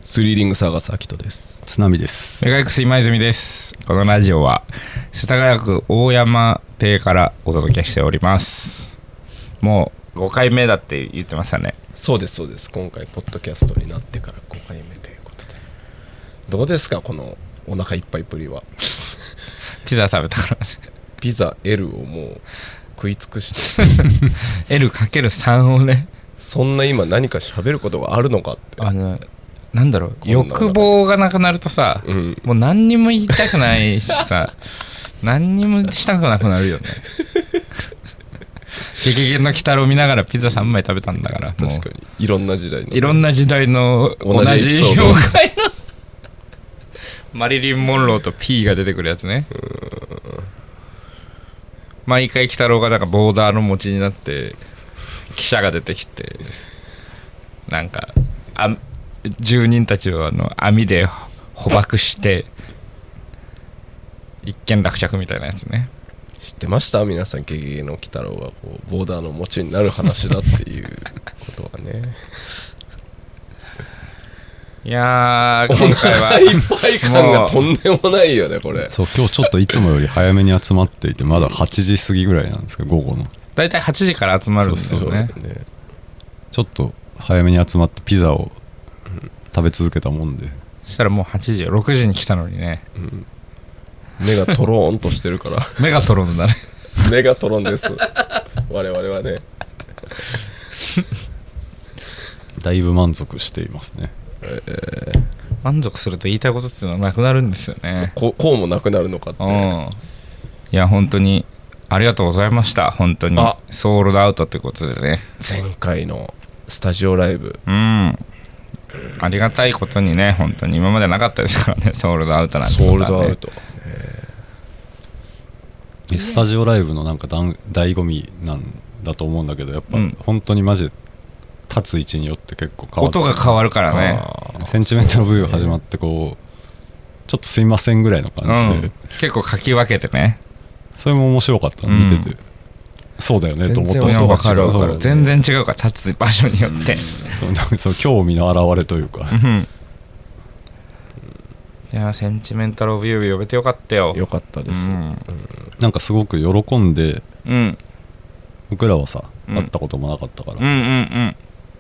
スリリングサーガスアキトです。 津波です。 メガ X 今泉です。このラジオは世田谷区大山邸からお届けしております。もう5回目だって言ってましたね。 そうですそうです。今回ポッドキャストになってから5回目ということで、どうですかこのお腹いっぱいっぷりは。 ピザ食べたからピザ L をもう食い尽くして L×3 をね、 そんな今何か喋ることがあるのかって、 なんだろう、欲望がなくなるとさ、もう何にも言いたくないしさ何にもしたくなくなるよね。ゲゲゲの鬼太郎見ながらピザ3枚食べたんだから。 確かにいろんな時代の、 いろんな時代の同じ妖怪のマリリン・モンローと P が出てくるやつね。毎回鬼太郎がなんかボーダーの持ちになって記者が出てきて、なんか住人たちを網で捕獲して一件落着みたいなやつね。 知ってました皆さん？ゲゲゲの鬼太郎がこうボーダーの持ちになる話だっていうことはね。 いやー、今回はいっぱい感がとんでもないよねこれ。 そう、今日ちょっといつもより早めに集まっていて、まだ8時過ぎぐらいなんですけど、午後のだいたい8時から集まるんですよね。 ちょっと早めに集まってピザを食べ続けたもんで、 そしたらもう8時6時に来たのにね、 目がトローンとしてるからメガトロンだね。 メガトロンです我々はね。 だいぶ満足していますね。 満足すると言いたいことっていうのはなくなるんですよね。 こうもなくなるのかって。 いや本当にありがとうございました。本当にソールドアウトってことでね、 前回のスタジオライブ、 ありがたいことにね、本当に今までなかったですからね、ソールドアウトなんて、 ソールドアウト、 スタジオライブのなんか醍醐味なんだと思うんだけど、やっぱ、本当にマジで立つ位置によって結構変わって、 音が変わるからね。 センチメンタル V が始まってこうちょっとすいませんぐらいの感じで、 結構かき分けてね、 それも面白かったの見てて、そうだよねと思ったし、 分かる分かる、全然違うから立つ場所によって、 そう興味の表れというか、 いやセンチメンタルオブユー呼べてよかったよ。 よかったです、 なんかすごく喜んで、僕らはさ、会ったこともなかったからさ、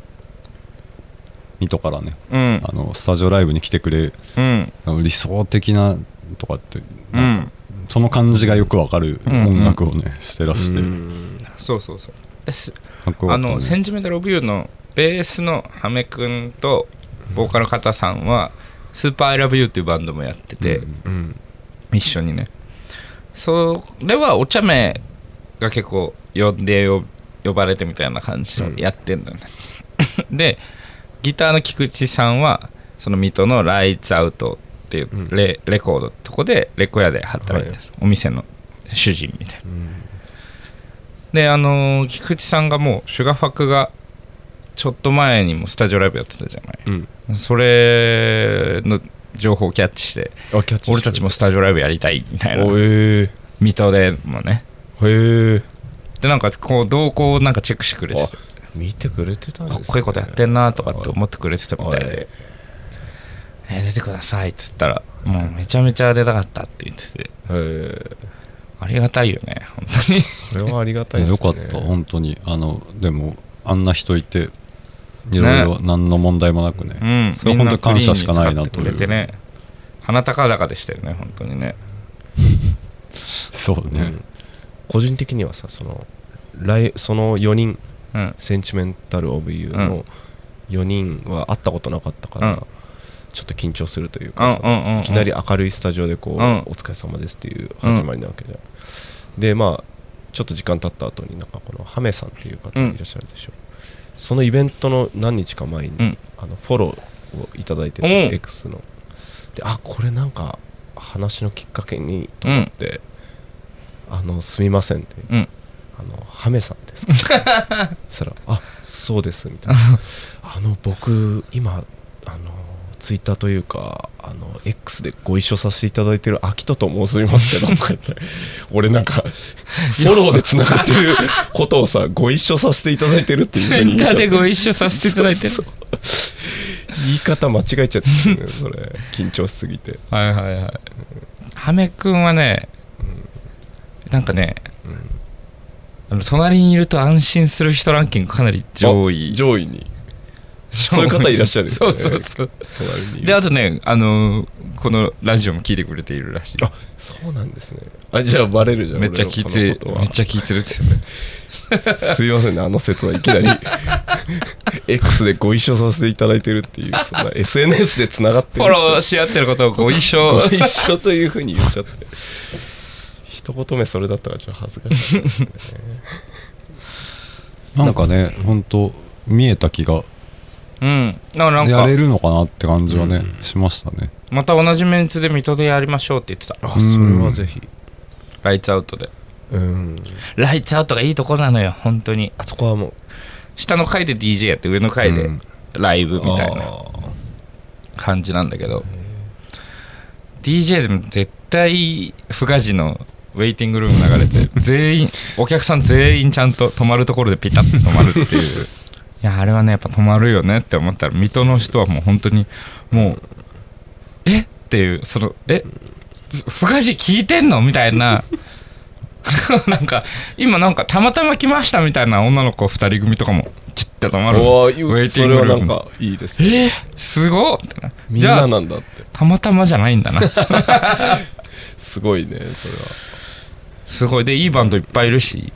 水戸からね、スタジオライブに来てくれ、理想的なとかって、その感じがよくわかる音楽をね、してらして、 そうそうそうです。 ね、 センチメンタルオブユーのベースのハメ君とボーカルの方さんはスーパーアイラブユーっていうバンドもやってて、一緒にね、それはお茶目が結構呼ばれてみたいな感じでやってんだよね、でギターの菊池さんはその水戸のライツアウトっていうレコードのとこでレコヤで働いてる、お店の主人みたいな、で菊池さんがもうシュガファクがちょっと前にもスタジオライブやってたじゃない、それの情報をキャッチして俺たちもスタジオライブやりたいみたいな、水戸でもね、でなんかこう動向をなんかチェックしてくれてて、 見てくれてたんですね。 こういうことやってんなとかって思ってくれてたみたいで、出てくださいっつったらもうめちゃめちゃ出たかったって言ってて、ありがたいよね本当に。それはありがたいですね。 よかった本当に。でもあんな人いていろいろ何の問題もなくね、それは本当に感謝しかないなという。 ね、鼻高々でしたよね本当にね。 そうね、 個人的にはさ、その4人、センチメンタルオブユーの4人は会ったことなかったから、ちょっと緊張するというかさ、いきなり明るいスタジオでこう、お疲れ様ですっていう始まりなわけじゃん、でまあちょっと時間経った後になんかこのハメさんっていう方がいらっしゃるでしょ、そのイベントの何日か前に、フォローをいただいてて、X ので、これなんか話のきっかけにと思って、すみませんって、ハメさんですかそしたらそうですみたいな僕今ツイッターというかX でご一緒させていただいてるアキトと申しますけどとか言って俺なんかフォローでつながってることをさご一緒させていただいてるっていう風にツイッターでご一緒させていただいてる言い方間違えちゃってるねそれ緊張しすぎて。 はいはいはい。ハメくんはね、なんかね、隣にいると安心する人ランキングかなり上位にそういう方いらっしゃるよね。 そうそうそうで、あとね、このラジオも聞いてくれているらしい。 あ、そうなんですね。あ、じゃあバレるじゃん。 めっちゃ聞いてるってよね。 すいませんね、あの説はいきなりX でご一緒させていただいてるっていう、そんな SNS でつながってるフォローし合ってることをご一緒というふうに言っちゃって、一言目それだったらちょっと恥ずかしいですね。 なんかね、本当見えた気が、 なんかやれるのかなって感じはね、しましたね。 また同じメンツで水戸でやりましょうって言ってた。 あ、それはぜひ。 ライツアウトで。ライツアウトがいいところなのよ、本当に。 あそこはもう下の階で DJ やって上の階でライブみたいな感じなんだけど、DJ でも絶対不ガジのウェイティングルーム流れて全員お客さん全員ちゃんと泊まるところでピタッと泊まるっていういやあれはねやっぱ泊まるよねって思ったら、水戸の人はもう本当にもうえっていうそのフガジ聞いてんのみたいななんか今なんかたまたま来ましたみたいな女の子2人組とかもちって泊まるウェイティングルーム。 それはなんかいいですね。 すごっみんななんだって。 たまたまじゃないんだなすごいね、それは。 すごいでいいバンドいっぱいいるし、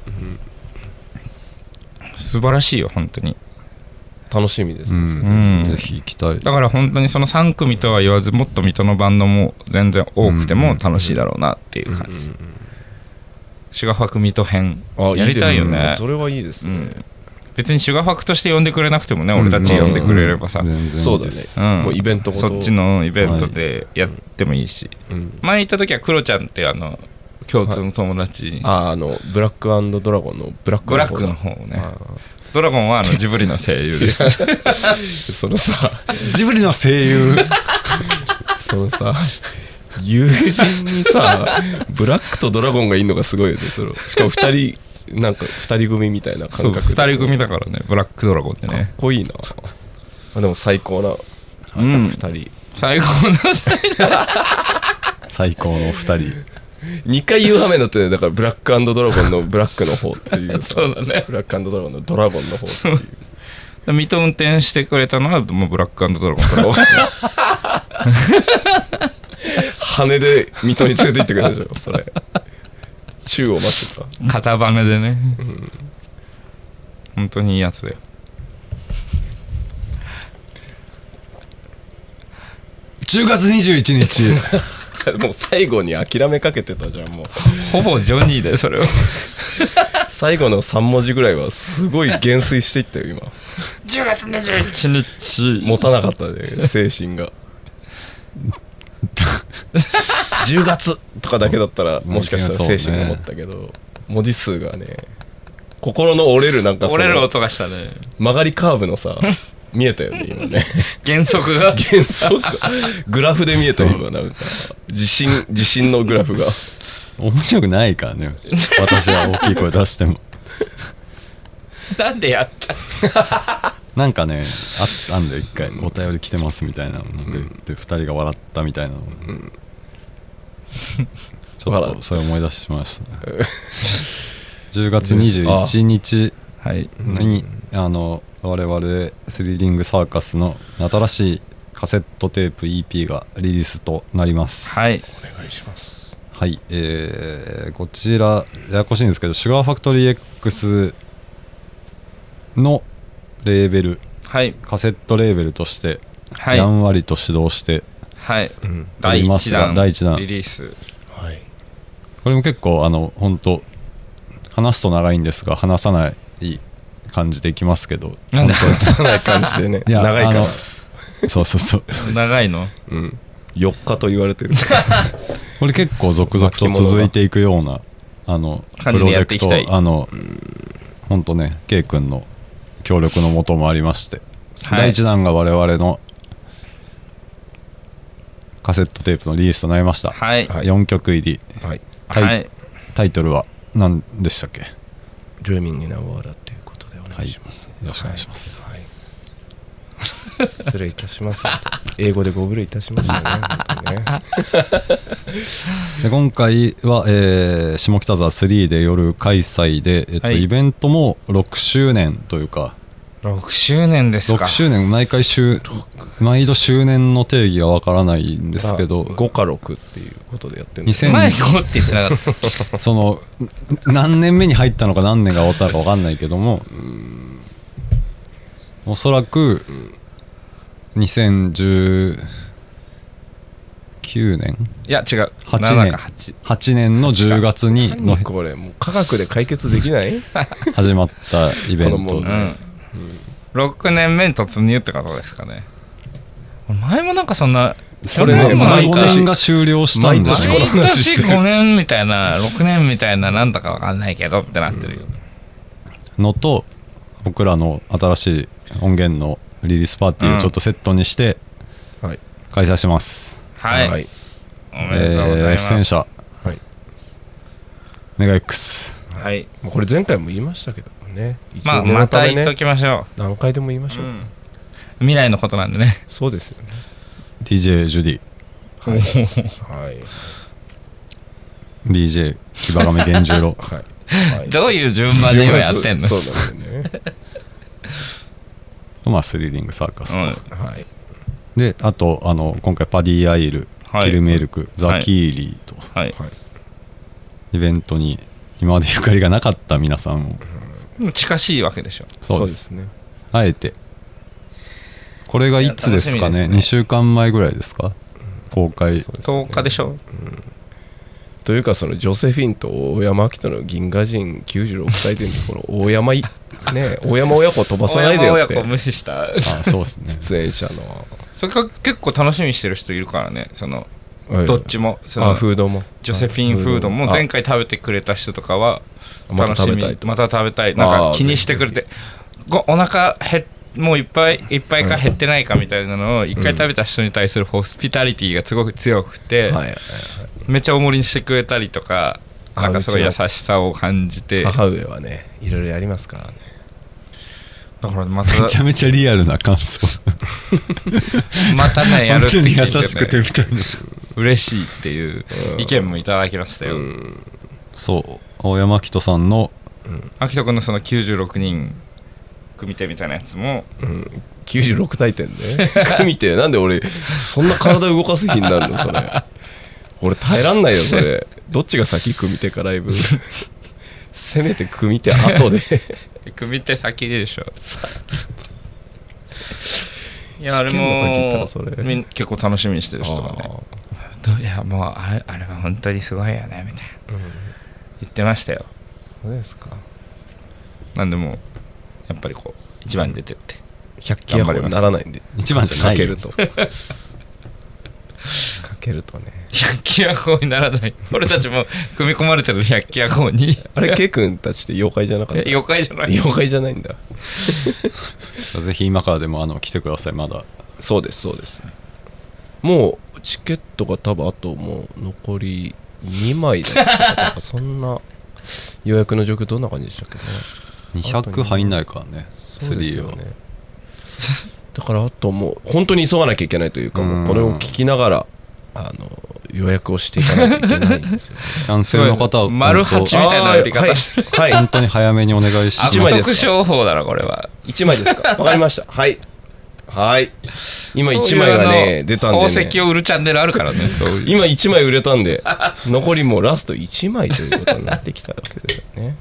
素晴らしいよ本当に。 楽しみですね、 ぜひ行きたい。 だから本当にその3組とは言わずもっと水戸のバンドも全然多くても楽しいだろうなっていう感じ。シュガファク水戸編やりたいよね。 それはいいですね。 別にシュガファクとして呼んでくれなくてもね、俺たち呼んでくれればさ、 そうだね、もうイベントごとそっちのイベントでやってもいいし、前行った時はクロちゃんって共通の友達、 ブラック&ドラゴンのブラックの方ね。ドラゴンはジブリの声優ですそのさジブリの声優そのさ友人にさブラックとドラゴンがいるのがすごいよね。それしかも2人なんか2人組みたいな感覚で。 2人組だからね、ブラックドラゴンってね。 かっこいいな。でも最高な2人、 最高の2人最高の2人 2回言うはめになってね。だからブラック&ドラゴンのブラックの方っていうそうだね、 ブラック&ドラゴンのドラゴンの方っていう水戸運転してくれたのはもうブラック&ドラゴンから羽で水戸に連れて行ってくれたでしょそれ。宙を待ってた片羽でね、本当にいいやつだよ。 10月21日もう最後に諦めかけてたじゃん。もうほぼジョニーだよそれは最後の3文字ぐらいはすごい減衰していったよ今。 10月21日持たなかったね精神が10月とかだけだったらもしかしたら精神が持ったけど、文字数がね、心の折れるなんか折れる音がしたね。 曲がりカーブのさ見えたよね今ね減速がグラフで見えたよ今。なんか地震のグラフが面白くないからね私は大きい声出してもなんでやったなんかねあったんで一回お便り来てますみたいなので2人が笑ったみたいなの、ちょっとそれ思い出しましたね10月21日に我々スリリングサーカスの新しいカセットテープ EP がリリースとなります。 はい、 お願いします。 はい、こちらややこしいんですけど、シュガーファクトリー X のレーベル、カセットレーベルとしてやんわりと始動しておりますが、第1弾リリース、 これも結構本当話すと長いんですが話さない感じでいきますけど、 なんで話さない感じでね長いからそう長いの、 4日と言われてるこれ結構続々と続いていくようなプロジェクト、本当ね K 君の協力のもともありまして、第1弾が我々のカセットテープのリリースとなりました。4曲入り、タイトルは何でしたっけ ？Dreaming in a World っていうことでお願いします。 よろしくお願いします。 失礼いたします。英語でご無礼いたしましたね。ねで今回は、下北沢3で夜開催で、はい、イベントも6周年というか 6周年ですか。 6周年毎度周年の定義がわからないんですけど 5か6っていうことでやってるんです前5って言ってなかったその何年目に入ったのか何年が終わったのかわかんないけどもおそらく2019年いや違う 8年の10月にのこれもう科学で解決できない始まったイベントで 6年目に突入ってことですかね。前もなんかそんなそれね毎年が終了したんで毎年5年みたいな6年みたいななんだか分かんないけどってなってるよ、 のと僕らの新しい音源のリリースパーティーをちょっとセットにして開催します。 はい、はい、おめでとうございます。 出演者、はい、メガ X、 はい、 これ前回も言いましたけどね、 一応また言っときましょう。何回でも言いましょう、 未来のことなんでね。 そうですよね。 DJ ジュディ、 はいはい、 DJ 木場上源十郎はい、どういう順番で今やってんの。 そうなんだよねまあスリリングサーカスと、 はい、 であと今回パディアイル、キルメルク、ザ・キーリーと、 はい、 イベントに今までゆかりがなかった皆さんを近しいわけでしょ。 そうですね。あえてこれがいつですかね。2週間前ぐらいですか、公開。 10日でしょ、 というかそのジョセフィンと大山明人の銀河人96歳でこの大山ね大山親子を飛ばさないでよって大山親子無視したそうですね出演者のそれか結構楽しみにしてる人いるからね。そのどっちもそのフードもジョセフィンフードも前回食べてくれた人とかは楽しみ、また食べたいなんか気にしてくれてお腹もういっぱいか減ってないかみたいなのを一回食べた人に対するホスピタリティがすごく強くて、めっちゃ大盛りにしてくれたりとか、なんかすごい優しさを感じて。 母上はねいろいろやりますからね。 だからまためちゃめちゃリアルな感想またねやるって聞いて、ね、本当に優しくてみたいな嬉しいっていう意見もいただきましたよ、 そう大山明人さんの明人君のその96人組手みたいなやつも、 96体点で組手なんで俺そんな体動かす日になるのそれ俺耐えらんないよそれどっちが先組手かライブせめて組手後で組手先でしょいやあれも結構楽しみにしてる人がねいやもうあれは本当にすごいよねみたいな、言ってましたよ。 そうですか。 なんでもやっぱりこう一番に出てって 100キロにならないんで一番じゃないかけるとかけるとね 100キヤホーにならない俺たちも組み込まれてる100キヤホーにあれケイ君たちって妖怪じゃなかった？ 妖怪じゃない妖怪じゃないんだぜひ今からでも来てください。まだそうですそうです。もうチケットが多分あともう残り2枚だったかなんかそんな予約の状況どんな感じでしたっけね。 200入んないからね。 そうですよね。だからあともう本当に急がなきゃいけないというか、もうこれを聞きながら予約をしていかないといけないんですよ、ね、 キャンセルの方は丸8みたいな呼び方してる、 はい、本当に早めにお願いします。 悪徳商法だろこれは。 1枚ですか。わかりました。はいはい今1枚がね出たんでね、 宝石を売るチャンネルあるからねそういう今1枚売れたんで残りもうラスト1枚ということになってきたわけですよね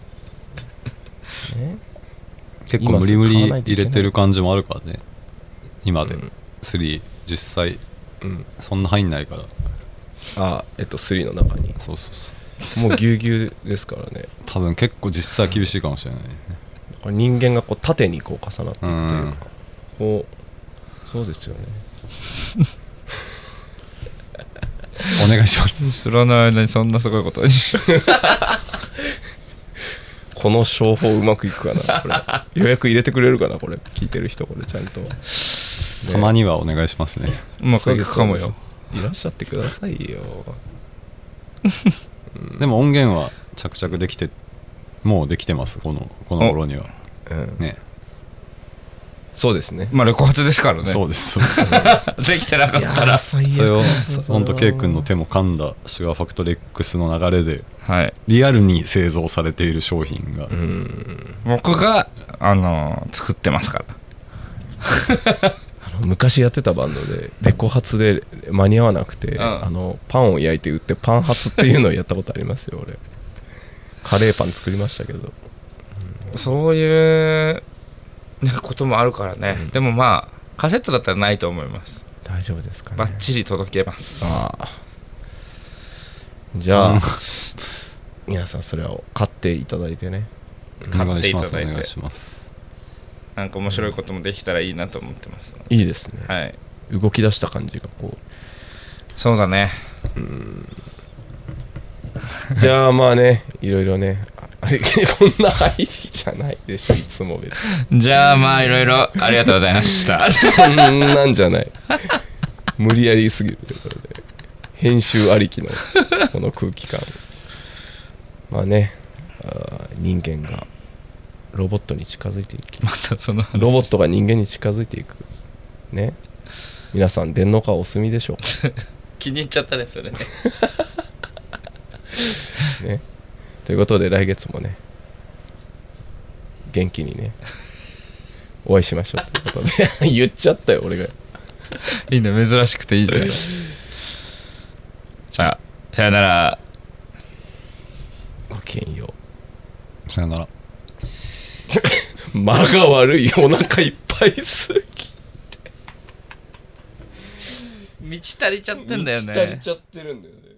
結構無理無理入れてる感じもあるからね今で、3実際、そんな入んないから 3の中にそうもうぎゅうぎゅうですからね多分結構実際厳しいかもしれないね。 これ人間がこう縦にこう重なっていくというか、こうそうですよねお願いします。 知らない間にそんなすごいことにこの商法うまくいくかなこれ予約入れてくれるかなこれ聞いてる人これちゃんと、ね、 たまにはお願いしますね。 うまくいくかもよ。 いらっしゃってくださいよでも音源は着々できてもうできてますこの頃には、ねそうですね。 まあレコ発ですからね。 そうですできてなかったらそれを本当 K 君の手も噛んだシュガーファクトリー X の流れで、 はい、 リアルに製造されている商品が、 僕が作ってますから昔やってたバンドでレコ発で間に合わなくて、パンを焼いて売ってパン発っていうのをやったことありますよ俺。カレーパン作りましたけど、 そういうこともあるからね、でもまあカセットだったらないと思います。 大丈夫ですかね。 バッチリ届けます。 じゃあ、皆さんそれを買っていただいてね。 買っていただいてお願いします。 なんか面白いこともできたらいいなと思ってます。 いいですね。 はい。 動き出した感じがこう。 そうだね。 じゃあまあね、いろいろね、あれこんな入りじゃないでしょいつも別に。じゃあまあいろいろありがとうございました。 そんなんじゃない。無理やりすぎるということで、編集ありきのこの空気感。まあね、人間がロボットに近づいていき、 またそのロボットが人間に近づいていくね。皆さん電脳化お済みでしょうか。 気に入っちゃったねそれね。 ね、ということで来月もね元気にねお会いしましょうということで言っちゃったよ俺が。 いいね、珍しくていいじゃん。さよなら。 ごきげんよう。さよなら。 間が悪い、お腹いっぱいすぎて満ち足りちゃってんだよね。 満ち足りちゃってるんだよね。